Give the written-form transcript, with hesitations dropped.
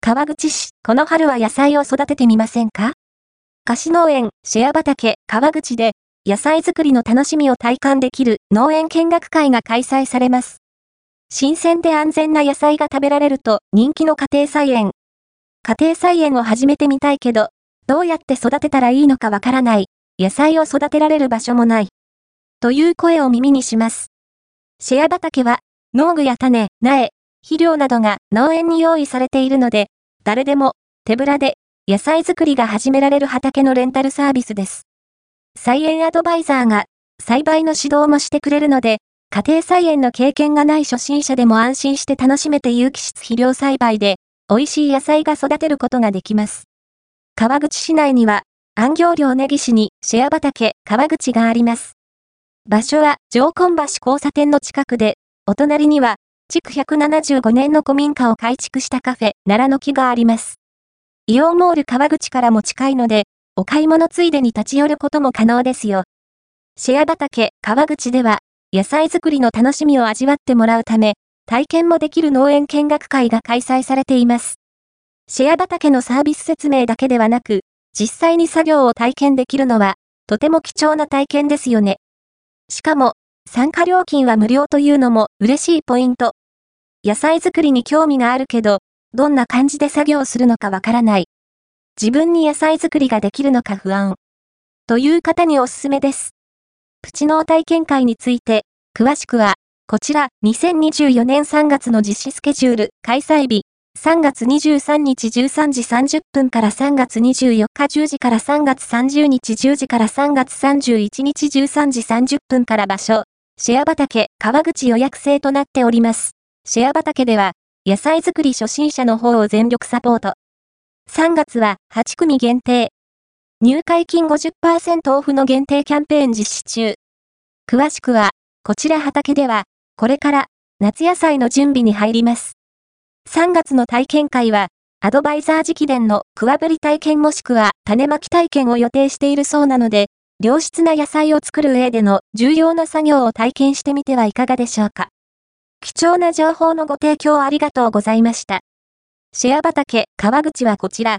川口市、この春は野菜を育ててみませんか？菓子農園、シェア畑、川口で、野菜作りの楽しみを体感できる農園見学会が開催されます。新鮮で安全な野菜が食べられると人気の家庭菜園。家庭菜園を始めてみたいけど、どうやって育てたらいいのかわからない。野菜を育てられる場所もない。という声を耳にします。シェア畑は、農具や種、苗、肥料などが農園に用意されているので、誰でも手ぶらで野菜作りが始められる畑のレンタルサービスです。菜園アドバイザーが栽培の指導もしてくれるので、家庭菜園の経験がない初心者でも安心して楽しめて有機質肥料栽培で美味しい野菜が育てることができます。川口市内には、安行寮根岸にシェア畑川口があります。場所は上金橋交差点の近くで、お隣には、築175年の古民家を改築したカフェ、奈良の木があります。イオンモール川口からも近いので、お買い物ついでに立ち寄ることも可能ですよ。シェア畑川口では、野菜作りの楽しみを味わってもらうため、体験もできる農園見学会が開催されています。シェア畑のサービス説明だけではなく、実際に作業を体験できるのは、とても貴重な体験ですよね。しかも、参加料金は無料というのも嬉しいポイント。野菜作りに興味があるけど、どんな感じで作業するのかわからない。自分に野菜作りができるのか不安。という方におすすめです。プチ農体験会について、詳しくは、こちら、2024年3月の実施スケジュール、開催日、3月23日13時30分から3月24日10時から3月30日10時から3月31日13時30分から場所、シェア畑、川口予約制となっております。シェア畑では、野菜作り初心者の方を全力サポート。3月は8組限定。入会金 50% オフの限定キャンペーン実施中。詳しくは、こちら畑では、これから夏野菜の準備に入ります。3月の体験会は、アドバイザー直伝の桑ぶり体験もしくは種まき体験を予定しているそうなので、良質な野菜を作る上での重要な作業を体験してみてはいかがでしょうか。貴重な情報のご提供ありがとうございました。シェア畑川口はこちら、